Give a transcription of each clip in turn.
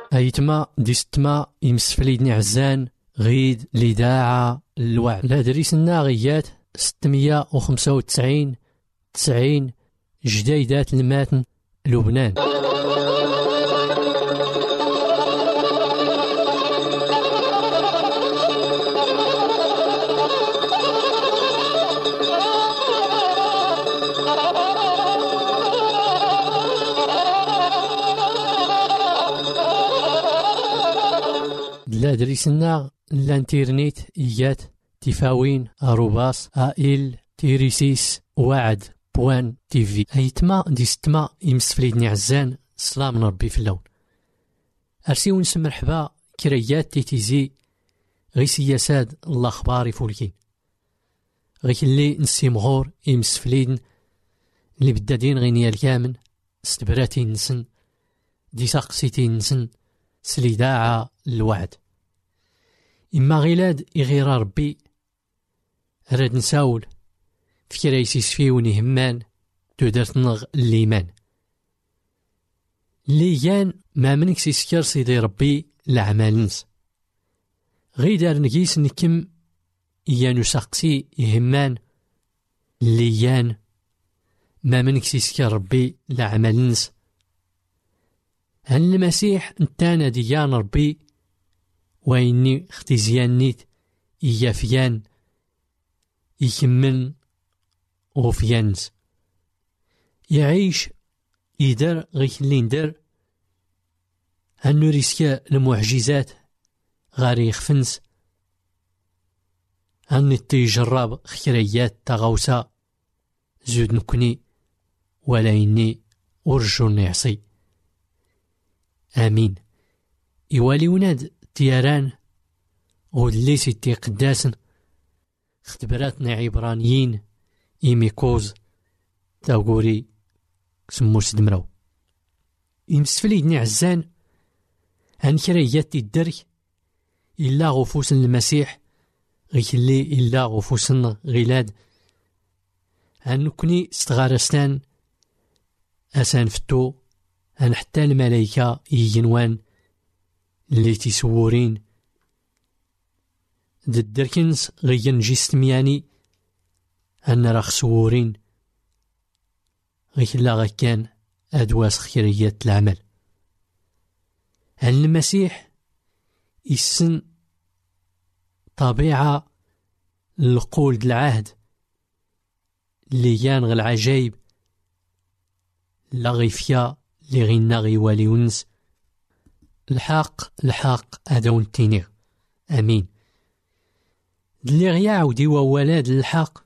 أيتما ديستما يمسفليدني عزان غيد لداعة الوعد لا دريسنا غيات 695 90 جديدات الماتن لبنان. لا دريسنا الانترنت إيات تفاوين أروباس آئل تيريسيس وعد بوان تيفي. أيتما ديستما يمسفليدني عزان سلام ربي في اللون أرسي ونسم مرحبا كريات تيتيزي غي سياساد الأخبار فولكين غي اللي نسي مغور يمسفليدن اللي بدادين غينيا الكامن استبراتي نسن دي ساقسيتي نسن سليداعة الوعد إما غيلاد إغير ربي راد نساول فكرة يسيسفي ونهمان تودرت نغ الليمان ليان ما منك سيسكر سيدي ربي الأعمال نس غيدار نقيس نكم إيانو ساقسي يهمان ليان ما منك سيسكر ربي الأعمال نس هل المسيح انتانا ديان ربي وإني اختزيان نيت إيافيان يكمن غفيانس يعيش يدر غيك اللي ندر هنو ريسكا المعجزات غاري يخفنس هنو تيجرب خيريات تغوسا زود نكني ولا إني أرجو نعصي آمين. إيوالي وناد تياران غدلي ستي قداسن اختبراتنا عبرانيين إيميكوز تاغوري سمو سدمراو يمسفليدني عزان عن كريات الدرك إلا غفوس المسيح غيكلي إلا غفوس غيلاد عن نكني استغارستان أسان فتو عن حتى الملايكة يجنوان اللي تيسورين الدركنس غيان جيستمياني أنا راخ سورين غيكلا غكان أدواس خيريات العمل هل المسيح يسن طبيعة القول العهد اللي يانغ العجايب لا غيفيا اللي غينا غيوالي ونس الحق أدون تينيغ أمين. اللي غيعودي وولاد الحق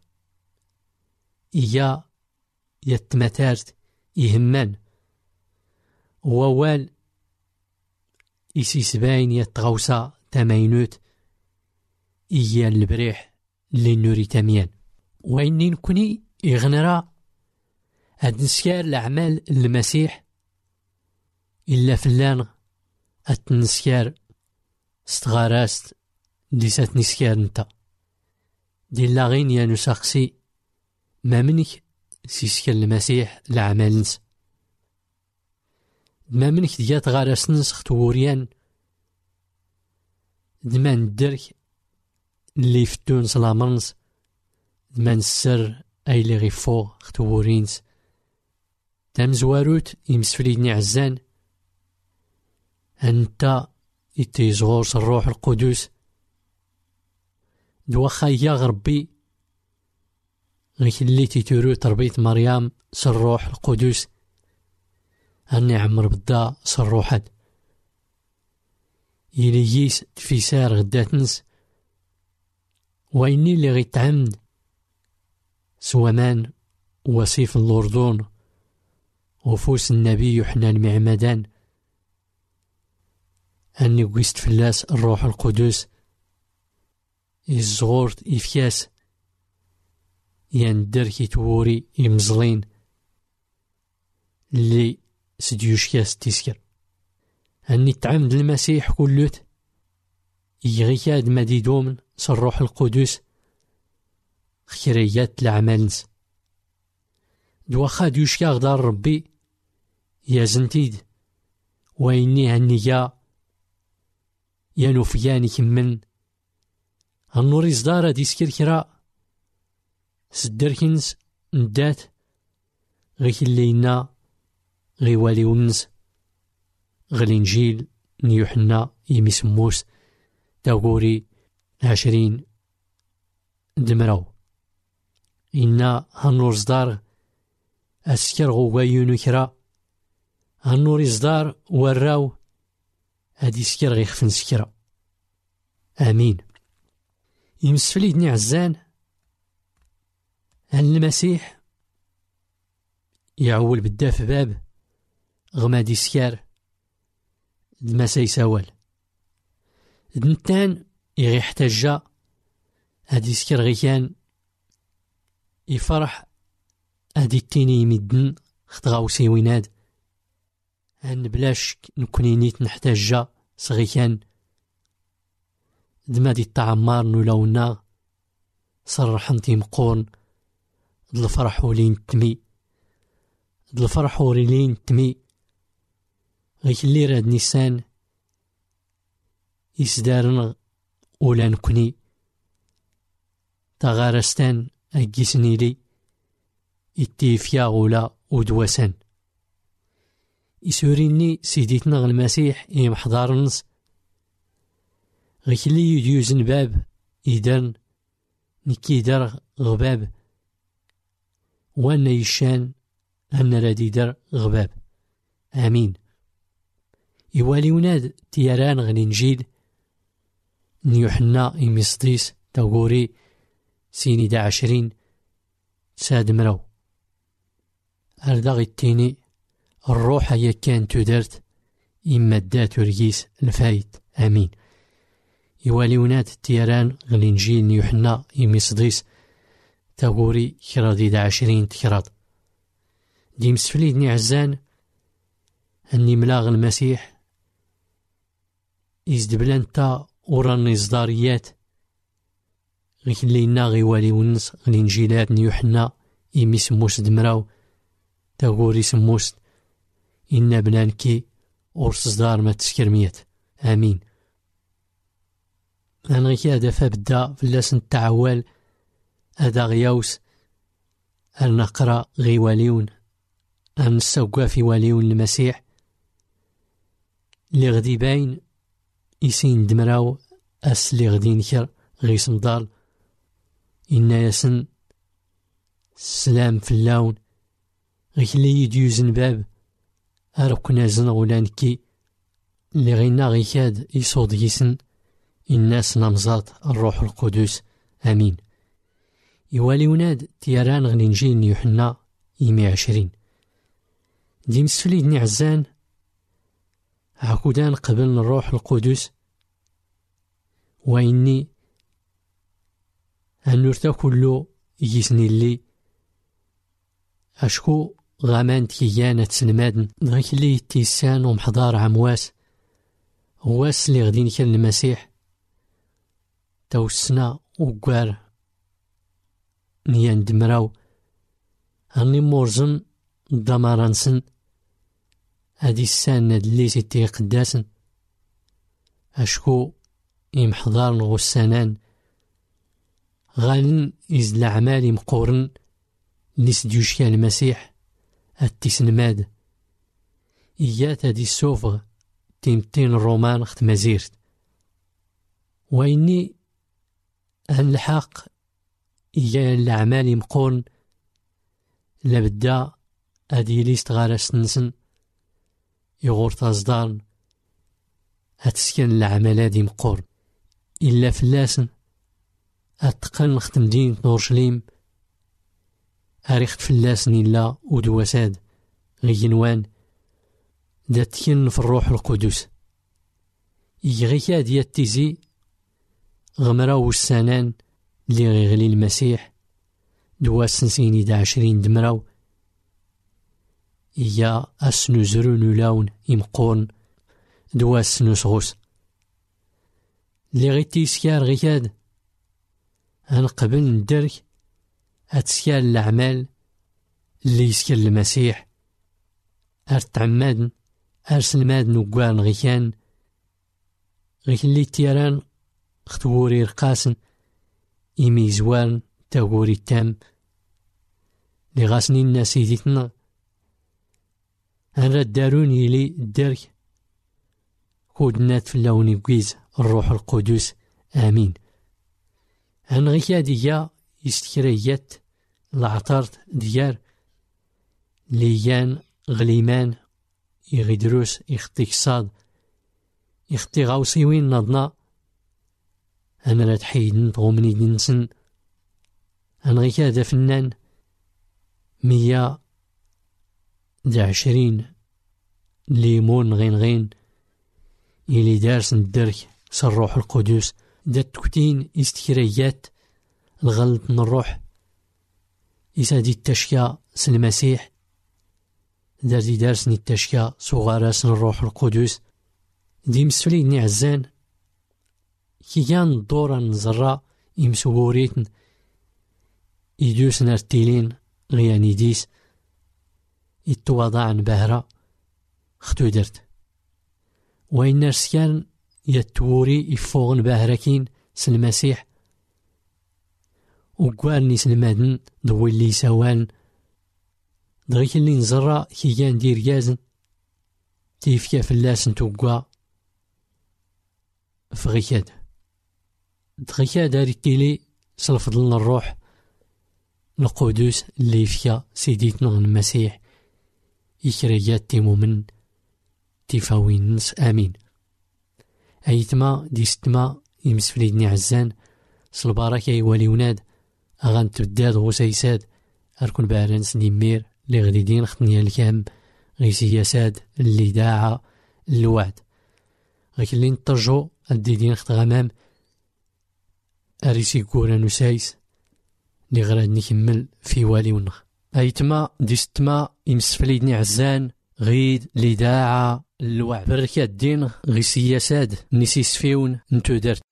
إيا يتمتارت يهمان ووال إسيسباين يتغوصا تماينوت إيا البريح اللي نوري تميان وإني نكوني إغنرا هاد نسيار الأعمال المسيح إلا فلان أتنسيار استغاراست ديسات نسيار نتا دي لاغين يا نساقسي ما منك سيسكر المسيح الأعمال نس ما منك ديات غاراس نسخ توريان دمان الدرك اللي فتون سلامرنس دمان السر أي اللي غيفو ختورينس تامزواروت يمسفليدني عزان أنت يتيزغورس الروح القدس دوخا يا غربي غيك اللي تيتورو تربية مريم سالروح القدس أني عمر بدا سالروحات يلييس تفيسار غداتنس وإني اللي غيتعمد سوامان وصيف الأردن وفوس النبي يوحنا المعمدان أني قيست فلاس الروح القدس الزغورت إفياس يندر كي توري يمزلين اللي سديوشكاس تيسكر أني تعمد المسيح كلوت يغيكاد مديدومن سالروح القدس خيريات العمالنس دوخا ديوشكا غدار ربي يا زنتيد وإني هنيا يانو فياني كمن النور إصدار دي سكركرا سدركنز ندات غي اللينا غي والي ونز غي الإنجيل نيوحنا يمسموس تاغوري 20 دمراو إنا هالنور إصدار أسكر غوايونو كرا هالنور إصدار وراو هادي سكر غي خفن سكرا آمين. يمسفليدني عزان أن المسيح يعول بالداف باب غمادي سكار دماسا يساوال دنتان يغي احتاجا هادي سكر غي كان يفرح هادي التيني يمدن خطغاو سيويناد أن بلاش نكوني نيت نحتاجا صغي كان دما دي التعمار نولاونا صرحنتي مقورن دل الفرح ولين تمي دل الفرح ولين تمي غي اللي راد نيسان يسدارن ولا نكوني تغارستان أجيسني لي التيفيا غولا ودواسان يسوريني سيديتنا المسيح يمحضارنس غي اللي يديوزن باب إيدان نكي دار غباب وانا يشان أن رادي دار غباب آمين. يوالي وناد تياران غالإنجيل نيوحنا يمصديس تاغوري سيني 20 ساد مراو أرداغي التيني الروح هي كان تدرت إما دات ورقيس الفايت آمين. يوالي وناد تياران غالإنجيل نيوحنا يمصديس تاغوري كرادي 20 تكراد دي مسفليدني عزان أني ملاغ المسيح إزدبلانتا وراني إصداريات غي اللينا غي والي ونس الإنجيلات نيوحنا إمي سموس دمراو تاغوري سموس إنا بنانكي ورس إصدار ما تسكرميات آمين. أنا غي كادا فابدا فلاس نتعوال أدا غياوس النقرا غي واليون أن نسوقا في واليون المسيح اللي غدي باين يسين دمراو أس اللي غدي نكر غي سمدال إنا ياسن السلام في اللون غي اللي يديوزن باب أرقنا زن غولانكي اللي غينا غي كاد يصود يسن الناس نمزات الروح القدس آمين. يوالي وناد تياران غالإنجيل يوحنا 20 دي مسفليدني عزان عقودان قبل الروح القدس وإني النورتا كله يجيسني اللي أشكو غامان تكيانة سلمادن دغيك اللي تيسان ومحضار عمواس واس اللي غدين كان المسيح توسنا وقوار نيان دمراو هاني مورزن دمارانسن هادي السان اللي سيتي قداسن أشكو يمحضار غسانان غالن إزل عمالي مقورن نسديوشيا المسيح التسنماد إيات هادي السوفغ تيمتين الرومان خت مزيرت وإني هنلحق إيا الأعمال مقورن لابدا هادي ليست غارس نسن يغور تصدارن هتسكن الأعمال هادي مقورن إلا فلاسن أتقن خت مدينة نورشليم أريخت فلاسن إلا ودواساد غينوان داتكن في الروح القدس يغيكا ديال تيزي غمراو السنان اللي غيغلي المسيح دواس سنسيني 20 دمراو إيا أسنو زرون لاون يمقون دواس سنو سغوس اللي غيتي سكار غيكاد هنقبل ندرك هتسكار الأعمال اللي يسكر المسيح أرتعمادن أرسل مادن وقوان غيكان غيك اللي تيران اختوري رقاسن إيمي زوان تاغوري تام لي غاسني الناس يديتنا أنا دارون يلي الدرك كودنات في اللون بقيز الروح القدس آمين. أنا غيك هادية يستكريات العطارت ديار ليان غليمان يغدروس يخطي كصاد يخطي غاوسيوين نضنا أنا لا تحيدن تغومني دنسن. أنا غيك هذا فنان 120 ليمون غين إلي دارس ندرك سالروح القدس دات تكتين استكريات الغلط من الروح إسادي التشكى سالمسيح دارتي دارسني التشكى صغاراس الروح القدس دي مسفليني عزان كي كان الدورة نزرع يمسوريتن يدوس نارتيلين غياني ديس يتواضع بهرة ختو درت وين نرسكان يتوري يفوغن بهركين سالمسيح وقوارني سلمادن ضوي اللي سوان دغيك اللي نزرع كي كان دير جازن تيفكا فلاسن توقع فغيكاد دغيكا داري تيلي سلفضلنا الروح القدس اللي فيها سيديتنا المسيح يكريات تيمومن تيفاوين نس آمين. أيتما ديستما يمسفليدني عزان سلبارك يوالي وناد أغان تبداد غسيساد أركن بارنس نيمير لي غديدين خطنيا الكام غيسياساد اللي داعا الوعد غيك اللي نطرجو الديدين خط غمام أريسي كورا نسايس لي غراد نكمل في والي ونخ. أيتما ديستما يمسفليدني عزان غيد لي داعا الوعد بركات الدين غيسياساد نسيس فيون نتو درت.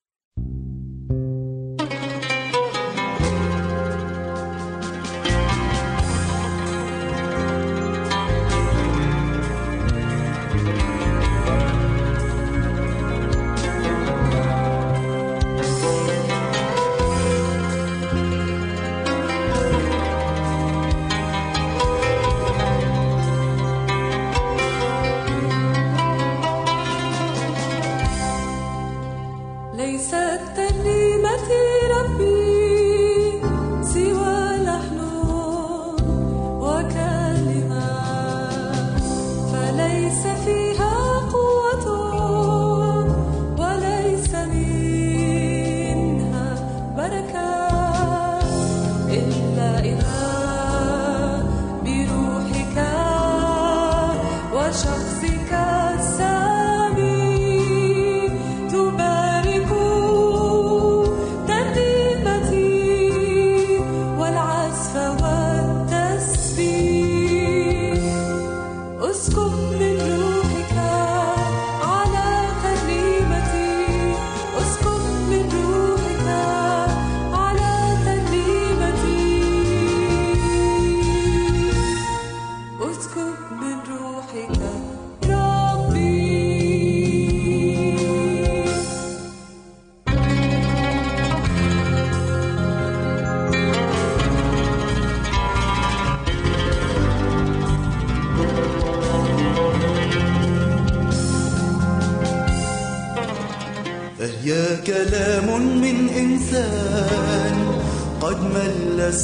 يا كلام من إنسان قد ملس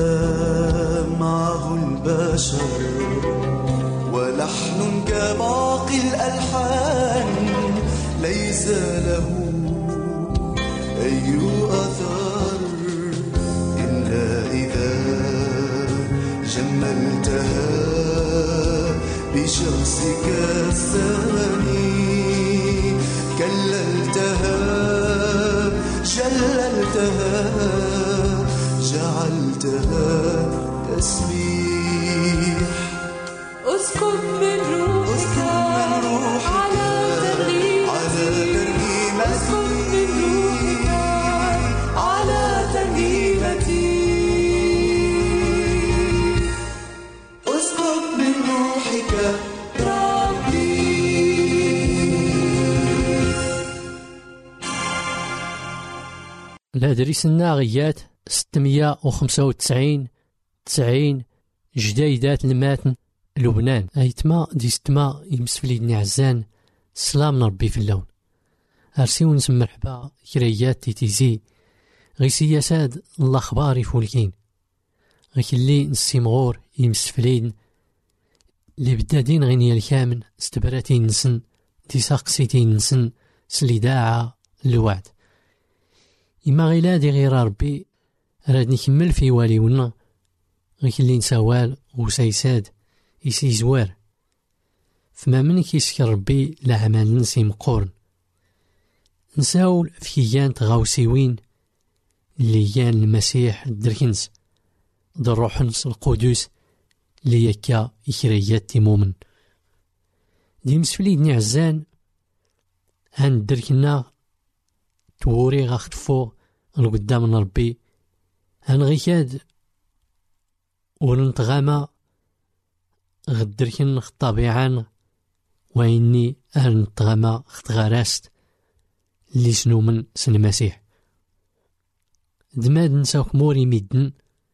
معه البشر ولحن كباقي الألحان ليس له أي أثر إلا إذا جملتها بشخصك الثاني كللتها جللتها جعلتها تسبيح. اسكب من روحك على ترنيمتي اسكب من روحك على ترنيمتي اسكب من روحك الهدريسنا غيات 695 90 جدايدات الماتن لبنان. ايتما دي ستما يمسفليدني عزان سلام ربي في اللون. ارسيو نسمى مرحبا كريات تيتيزي غي سياساد الاخبار يفولكين غي اللي نسيمغور يمسفليدن اللي بدادين غينيا الكامن استبراتين نسن دي ساقسيتين نسن سليداعة الوعد. إما غيلا دي غير ربي راد نكمل في واليونا غي اللي نسوال وسيساد يسي زوار فما من كيسكر ربي لعمال نسي مقورن نساول في كيان تغاوسيوين اللي كان المسيح الدركنس الروحنس القدوس اللي يكا إكريات تيمومن دي مسفليدني عزان هان دركنا توري غاختفو القدام ربي هان غيكاد وننتغاما غدركن طبيعا وإني أهل نتغاما غراست اللي سنو من سن المسيح دماد نساوك موري ميدن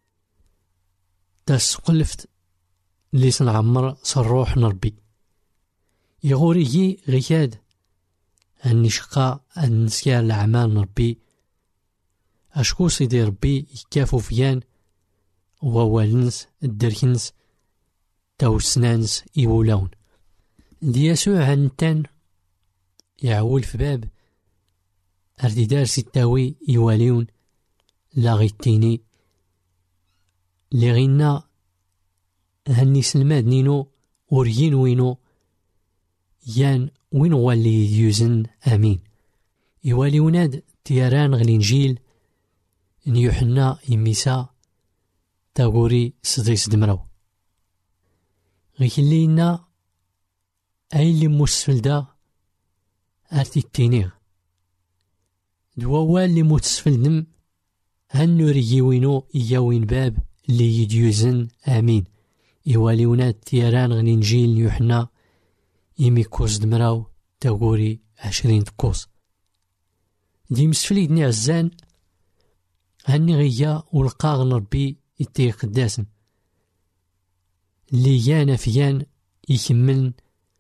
تاس قلفت اللي سنعمر صروح نربي يغوري غيكاد أني شقا أن نسكار الأعمال نربي أشكو سيدي ربي يكافو فيان ووالنس الدركنس تاو سنانس إيولاون دي يسوع هنتان يعول في باب أردي دار ستاوي يواليون لا غيتيني اللي غينا هني سلماد نينو وريين وينو يان وين والي يوزن امين يوالي وناد تيران غلينجيل ان يوحنا يميسا تاغوري سديس دمرو غيكلينا اي اللي مسفل دا ارتي التينيغ دواوال اللي متسفل دم هنوري وينو ياوين باب اللي يديوزن امين يوالي وناد تيران غلينجيل يوحنا يمي كوز دمراو تاغوري 20 تكوز دي مسفليدني عزان هاني غيا ولقاغ نربي يتي قداسن اللي يانا فيان يكملن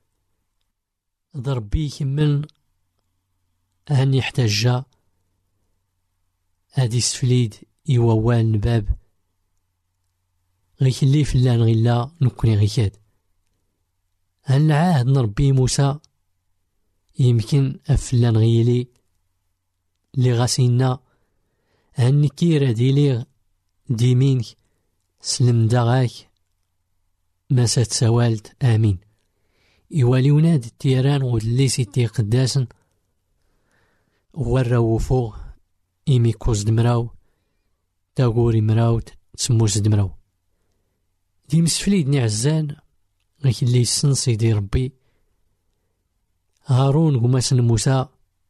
ضربي يكملن هاني يحتاجا هادي سفليد يووال نباب غيك اللي فلان غيلا نكوني غيكاد هل عهد نربي موسى يمكن أفلان غيلي اللي غاسينا هني كيرا ديلي ديمينك سلم داغاك ما سوالت آمين يوالي وناد التيران ودلي سيتي قداسن وراو فوق إيمي كوز دمراو تاغوري مراوت تسموس دمراو دي مسفليدني عزان غيك اللي يسن سيدي ربي هارون قماسن موسى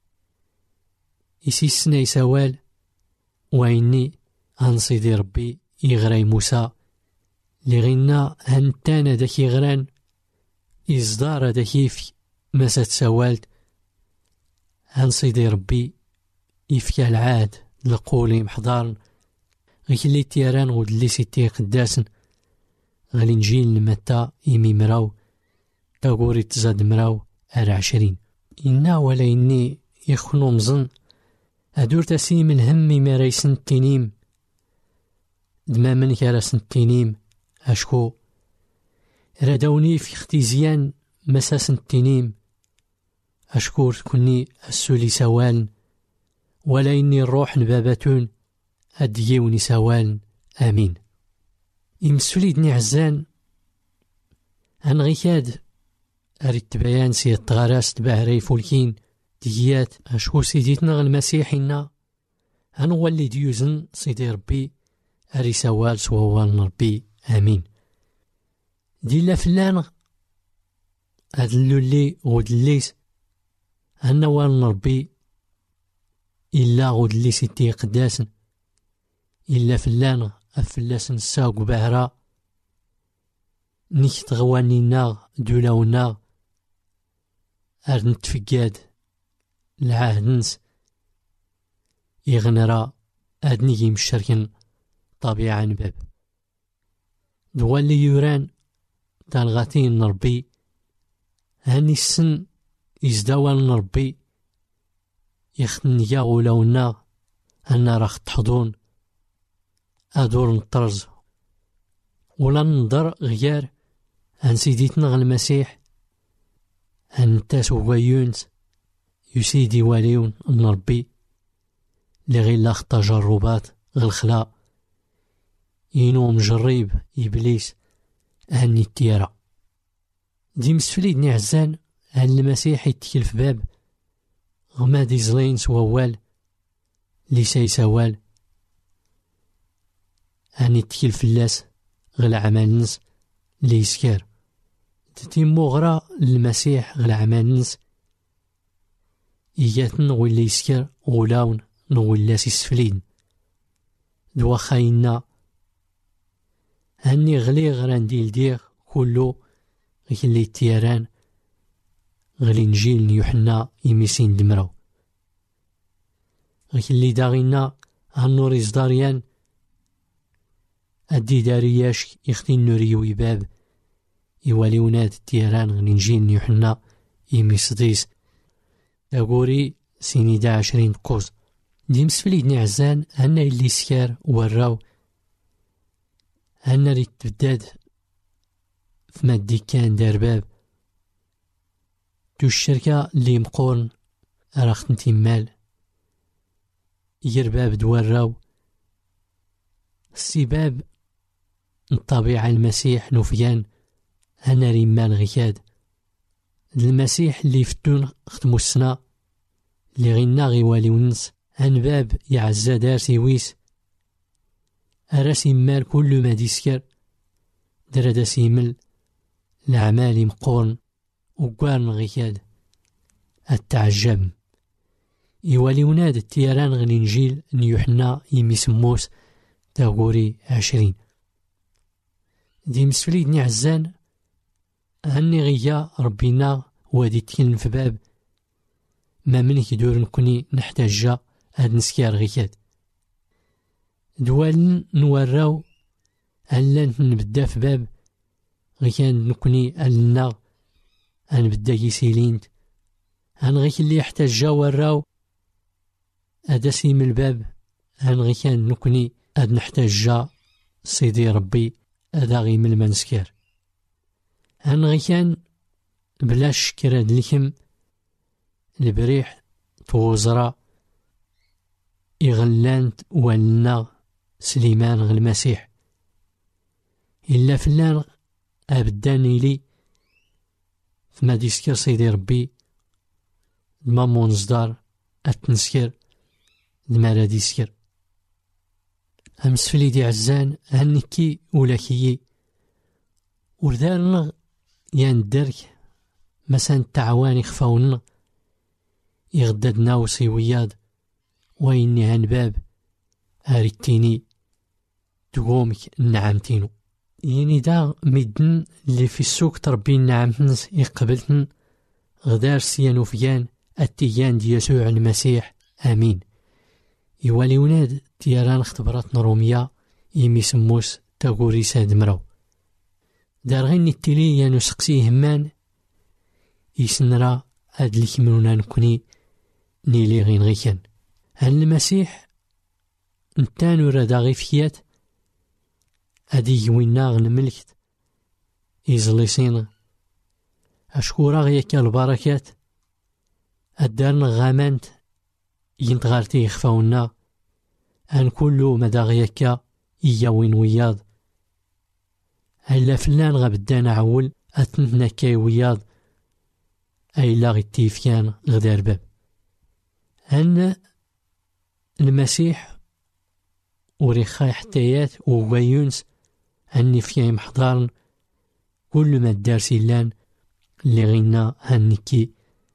يسيسنا يسوال وإني هان سيدي ربي يغراي موسى لغينا هنتانا داك يغران إصدار داك يفك مسات سوالت هان سيدي ربي يفكى العاد لقولي محضارن غيك اللي تيران ودلي سيتي قداسن غالي نجيل نمتا إيمي مراو تاغوري تزاد مراو 20 إنا ولا إني يخنو مزن أدور تسيم الهم ما ريسن التنيم دما من كارسن التنيم أشكو ردوني في اختزيان مساسن التنيم أشكور تكوني السولي سوالن ولا إني الروح نباباتون أديوني سوالن آمين يمسوليدني عزان هنغيكاد أريد تبيان سي التغراس تباهري فولكين ديات أشكو سيديتنا المسيحينا هنولي ديوزن سيدي ربي أري سوال سوال ربي آمين ديلا فلان هاد اللولي غودليس هنوال ربي إلا غودليس يتي قداسن إلا فلان أفلاسن الساق بهرا نيك تغوانينا دولاونا أرد نتفقاد العهدنس يغنرا أدني يمشركن طبيعة باب دوالي يوران تالغاتين نربي هاني السن يزدوال نربي يختن ياغولونا أنا راح تحضون أدور نطرز ولا ننظر غير عن سيديتنا المسيح عن تاس وغيونت يسيدي واليون نربي لغي لاخ تجربات غالخلا ينو مجريب إبليس هاني التيرا دي مسفليدني عزان هان المسيح يتكل في باب غما دي زلين سوال ليس يسوال هاني يتكل في اللاس غل عمال نس لي يسكر تتيمو غرا المسيح غل عمال نس إياتن واللي يسكر غلاون نغلاس يسفلين دوا خاينا هاني غلي غران ديل ديغ كلو غيلي تيران غلي نجيل يوحنا يميسين دمرو غيلي داغينا هالنور إزداريان أدي دارياش يختين نوريو يباب يوالي وناد تيران غلي نجيل يوحنا يميسديس داغوري سيني 20 قوز دي مسفليدني عزان هنا اللي سكار وراو هنا ريت تبداد في مادي كان دار باب دو الشركة اللي مقورن راخ نتيمال يرباب دوراو السباب الطبيعة المسيح نوفيان هنا ريمان غياد المسيح اللي فتون ختمو السنة اللي غينا غيوالي ونس هن باب يعزى دار سيويس أراسي مال كل ما ديسكر دردا سيمل العمال مقورن وقارن غياد التعجب يوالي وناد التيران غلينجيل نيوحنا يميسموس تاغوري 20 دي مسفليدني عزان هني غيا ربينا وادي تكلم في باب ما منك يدور نكوني نحتاجا هاد نسكار غياد دوال نوراو هلا نبدا في باب غيان نكوني ألنا هنبدا يسيلينت هنغيك اللي يحتاجا وراو هذا سيم الباب هنغيكان نكوني هاد نحتاجا سيدي ربي هذا غي من المنسكار هنغيكان بلا شكر هاد الكم البريح توزرا يغلانت ولنا سليمان غالمسيح إلا فلان أبداني لي فما ديسكر سيدي ربي دما مونزدار أتنسكر دما را ديسكر همسفلي دي عزان هنكي ولاكيي وردارنا يندرك مسان تعواني خفاونا يغددنا وسيوياد ويني هنباب هاريتيني تقومك النعمتينو يعني دا ميدن اللي في السوق تربي النعمتنس يقبلتن غدار سيانو فيان التيان دي يسوع المسيح آمين يوالي وناد تيران اختباراتنا رومية يمي سموس تاغوري ساد مرو دار غيني التيلي يانو سقسي همان يسنرا هاد اللي كملونا نكوني نيلي غين غيكان هان المسيح نتانو رادا غيفيات هادي يوينا غنملكت يزليسين أشكورا غيكا البركات الدارنا غامانت ينتغارتي يخفاونا هان كلو مدا غيكا ياوين وياض هلا فلان غابدانا عول أتنتنا كاي وياض أيلا غي التيفيان غدار باب هان المسيح وريخاي حتايات وغيونس هني فيهم حضارن كل ما الدار سيلان اللي غينا هنكي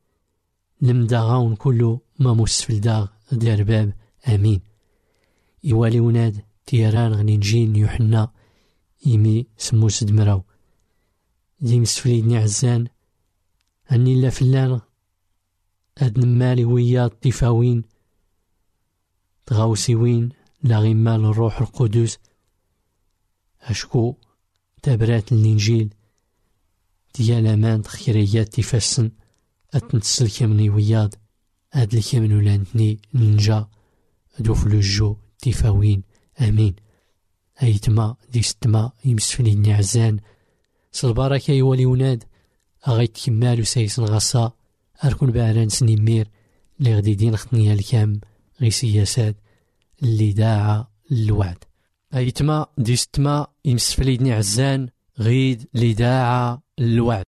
لمداغاون كله ما مسفل داغ دار باب آمين يوالي وناد تيران غني نجين يوحنا يمي سموس دمراو دي مسفليدني عزان هني لا فلان هاد نمالي ويا الطفاوين تغاوسيوين لا غيما للروح القدس أشكو تبرات الإنجيل ديال أمان تخيريات تفسن أتنتسل كمني وياض أد الكمن ولانتني ننجا دوف لجو تفاوين أمين أيتما ديستما يمسفني نعزان سالبركة يولي وناد أغيت كمال وسيسن غصا أركون بعران سنمير اللي غدي دين خطنيا الكام غي سياسات اللي داعا للوعد أيتما ديستما يمسفلي نعزان غيد اللي داعا للوعد.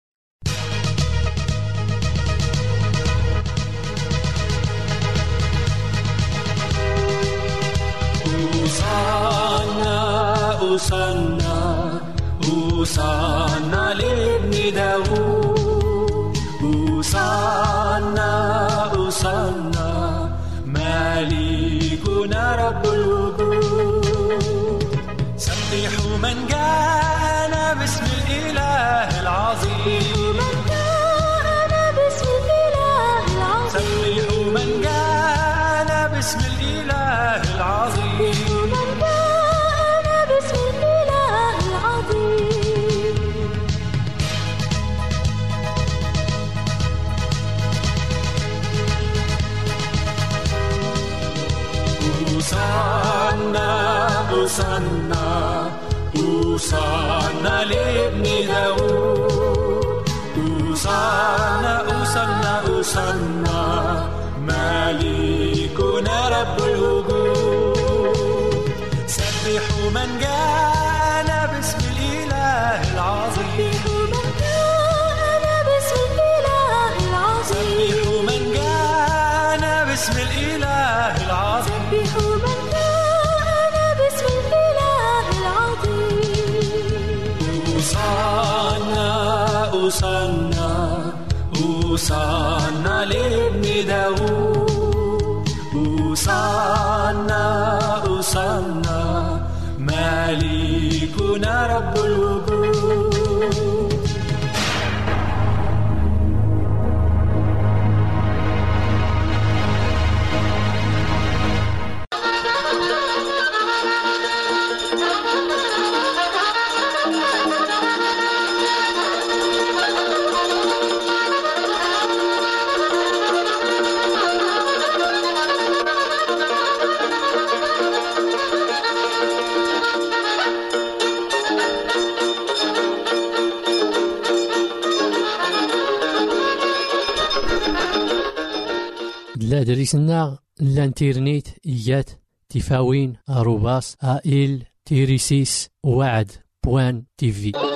أوصانا أوصانا لابن داود أوصانا أوصانا مالكنا رب الوجود سبحوا من جاءنا باسم الإله العظيم سبحوا من جاءنا باسم الإله العظيم أوصانا أوصانا لابن داود أوصانا أوصانا أوصانا مالكنا رب الوجود سبحوا من جاءنا باسم الإله العظيم سبحوا من جاءنا باسم الإله العظيم أوصانا أوصانا لابن داود أوصانا أوصانا مالكنا رب الوجود. لا دريسنا الانترنت إيات تفاوين أروباس آئل تيريسيس وعد بوان تيفي.